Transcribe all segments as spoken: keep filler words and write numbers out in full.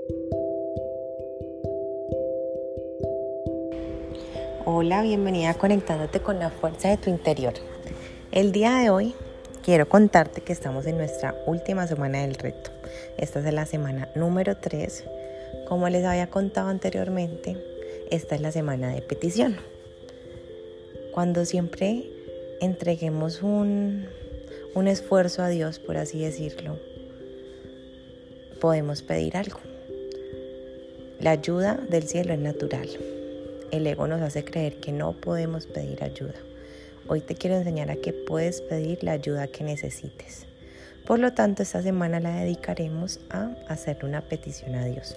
Hola, bienvenida a Conectándote con la fuerza de tu interior. El día de hoy quiero contarte que estamos en nuestra última semana del reto. Esta es la semana número tres. Como les había contado anteriormente, esta es la semana de petición. Cuando siempre entreguemos un, un esfuerzo a Dios, por así decirlo, podemos pedir algo. La ayuda del cielo es natural. El ego nos hace creer que no podemos pedir ayuda. Hoy te quiero enseñar a que puedes pedir la ayuda que necesites. Por lo tanto, esta semana la dedicaremos a hacerle una petición a Dios.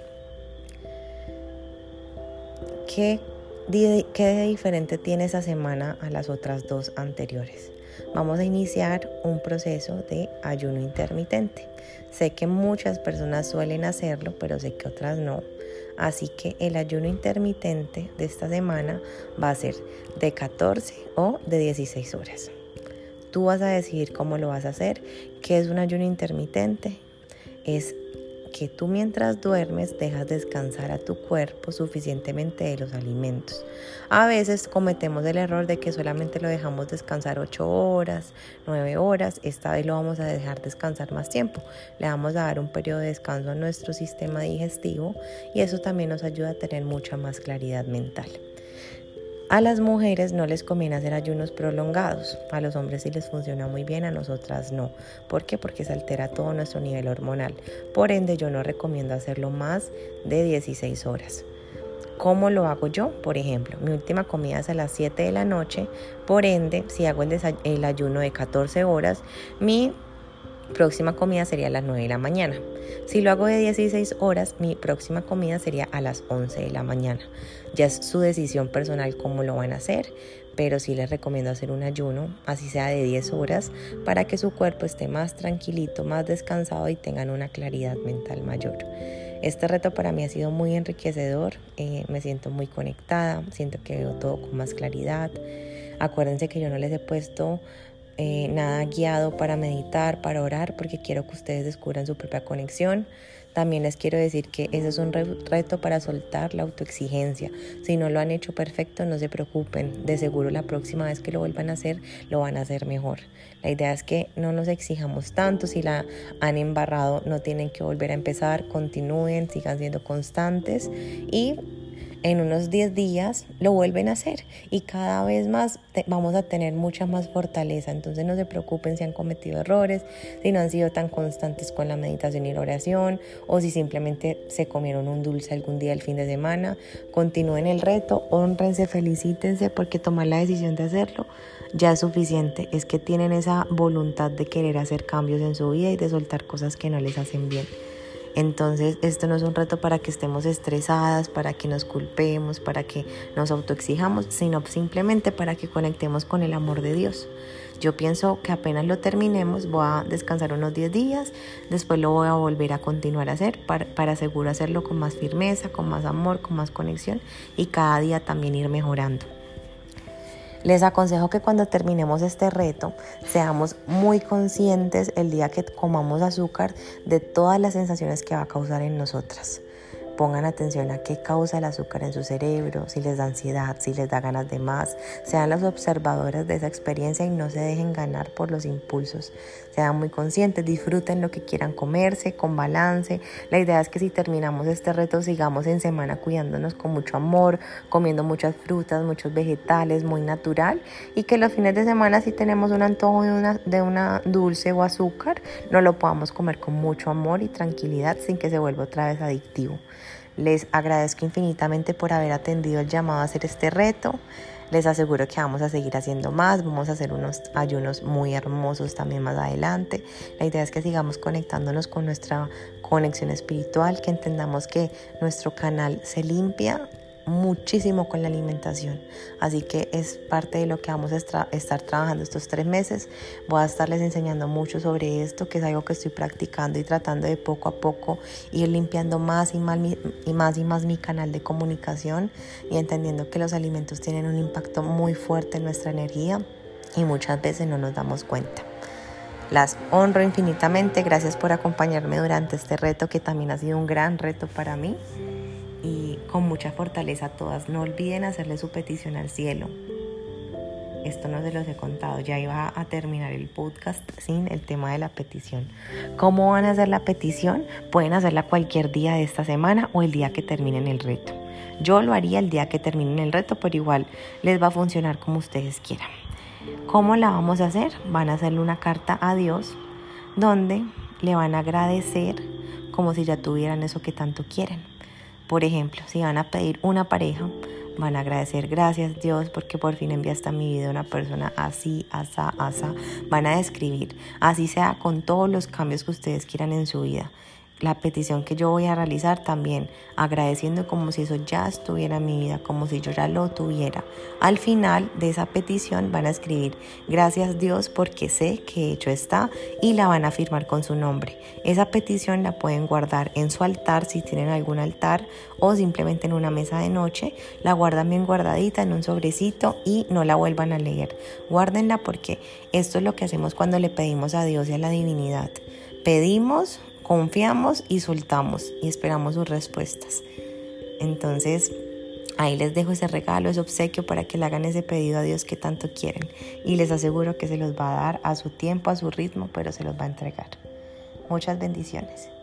¿Qué, ¿Qué de diferente tiene esa semana a las otras dos anteriores? Vamos a iniciar un proceso de ayuno intermitente. Sé que muchas personas suelen hacerlo, pero sé que otras no. Así que el ayuno intermitente de esta semana va a ser de catorce o de dieciséis horas. Tú vas a decidir cómo lo vas a hacer. ¿Qué es un ayuno intermitente? Es que tú mientras duermes dejas descansar a tu cuerpo suficientemente de los alimentos. A veces cometemos el error de que solamente lo dejamos descansar ocho horas, nueve horas. Esta vez lo vamos a dejar descansar más tiempo. Le vamos a dar un periodo de descanso a nuestro sistema digestivo y eso también nos ayuda a tener mucha más claridad mental. A las mujeres no les conviene hacer ayunos prolongados. A los hombres sí les funciona muy bien, a nosotras no. ¿Por qué? Porque se altera todo nuestro nivel hormonal. Por ende, yo no recomiendo hacerlo más de dieciséis horas. ¿Cómo lo hago yo? Por ejemplo, mi última comida es a las siete de la noche. Por ende, si hago el, desay- el ayuno de catorce horas, mi próxima comida sería a las nueve de la mañana. Si lo hago de dieciséis horas, mi próxima comida sería a las once de la mañana. Ya es su decisión personal cómo lo van a hacer, pero sí les recomiendo hacer un ayuno, así sea de diez horas, para que su cuerpo esté más tranquilito, más descansado y tengan una claridad mental mayor. Este reto para mí ha sido muy enriquecedor, eh, me siento muy conectada, siento que veo todo con más claridad. Acuérdense que yo no les he puesto Eh, nada guiado para meditar, para orar, porque quiero que ustedes descubran su propia conexión. También les quiero decir que ese es un re- reto para soltar la autoexigencia. Si no lo han hecho perfecto, no se preocupen. De seguro la próxima vez que lo vuelvan a hacer, lo van a hacer mejor. La idea es que no nos exijamos tanto. Si la han embarrado, no tienen que volver a empezar. Continúen, sigan siendo constantes y en unos diez días lo vuelven a hacer y cada vez más te, vamos a tener mucha más fortaleza. Entonces no se preocupen si han cometido errores, si no han sido tan constantes con la meditación y la oración o si simplemente se comieron un dulce algún día el fin de semana. Continúen el reto, hónrense, felicítense porque tomar la decisión de hacerlo ya es suficiente. Es que tienen esa voluntad de querer hacer cambios en su vida y de soltar cosas que no les hacen bien. Entonces esto no es un reto para que estemos estresadas, para que nos culpemos, para que nos autoexijamos, sino simplemente para que conectemos con el amor de Dios. Yo pienso que apenas lo terminemos voy a descansar unos diez días, después lo voy a volver a continuar a hacer para, para seguro hacerlo con más firmeza, con más amor, con más conexión y cada día también ir mejorando. Les aconsejo que cuando terminemos este reto seamos muy conscientes el día que comamos azúcar de todas las sensaciones que va a causar en nosotras. Pongan atención a qué causa el azúcar en su cerebro, si les da ansiedad, si les da ganas de más. Sean las observadoras de esa experiencia y no se dejen ganar por los impulsos. Sean muy conscientes, disfruten lo que quieran comerse con balance. La idea es que si terminamos este reto sigamos en semana cuidándonos con mucho amor, comiendo muchas frutas, muchos vegetales, muy natural. Y que los fines de semana si tenemos un antojo de una, de una dulce o azúcar, no lo podamos comer con mucho amor y tranquilidad sin que se vuelva otra vez adictivo. Les agradezco infinitamente por haber atendido el llamado a hacer este reto. Les aseguro que vamos a seguir haciendo más, vamos a hacer unos ayunos muy hermosos también más adelante. La idea es que sigamos conectándonos con nuestra conexión espiritual, que entendamos que nuestro canal se limpia muchísimo con la alimentación, así que es parte de lo que vamos a estar, estar trabajando estos tres meses. Voy a estarles enseñando mucho sobre esto, que es algo que estoy practicando y tratando de poco a poco ir limpiando más y más, y más y más mi canal de comunicación y entendiendo que los alimentos tienen un impacto muy fuerte en nuestra energía y muchas veces no nos damos cuenta. Las honro infinitamente. Gracias por acompañarme durante este reto, que también ha sido un gran reto para mí. Y con mucha fortaleza a todas. No olviden hacerle su petición al cielo. Esto no se los he contado. Ya iba a terminar el podcast sin el tema de la petición. ¿Cómo van a hacer la petición? Pueden hacerla cualquier día de esta semana o el día que terminen el reto. Yo lo haría el día que terminen el reto, pero igual les va a funcionar como ustedes quieran. ¿Cómo la vamos a hacer? Van a hacerle una carta a Dios donde le van a agradecer como si ya tuvieran eso que tanto quieren. Por ejemplo, si van a pedir una pareja, van a agradecer, gracias Dios porque por fin enviaste a mi vida una persona así, asá, asá. Van a describir, así sea con todos los cambios que ustedes quieran en su vida. La petición que yo voy a realizar también, agradeciendo como si eso ya estuviera en mi vida, como si yo ya lo tuviera. Al final de esa petición van a escribir, gracias Dios porque sé que hecho está, y la van a firmar con su nombre. Esa petición la pueden guardar en su altar si tienen algún altar, o simplemente en una mesa de noche. La guardan bien guardadita en un sobrecito y no la vuelvan a leer. Guárdenla porque esto es lo que hacemos cuando le pedimos a Dios y a la divinidad. Pedimos, confiamos y soltamos y esperamos sus respuestas. Entonces, ahí les dejo ese regalo, ese obsequio para que le hagan ese pedido a Dios que tanto quieren. Y les aseguro que se los va a dar a su tiempo, a su ritmo, pero se los va a entregar. Muchas bendiciones.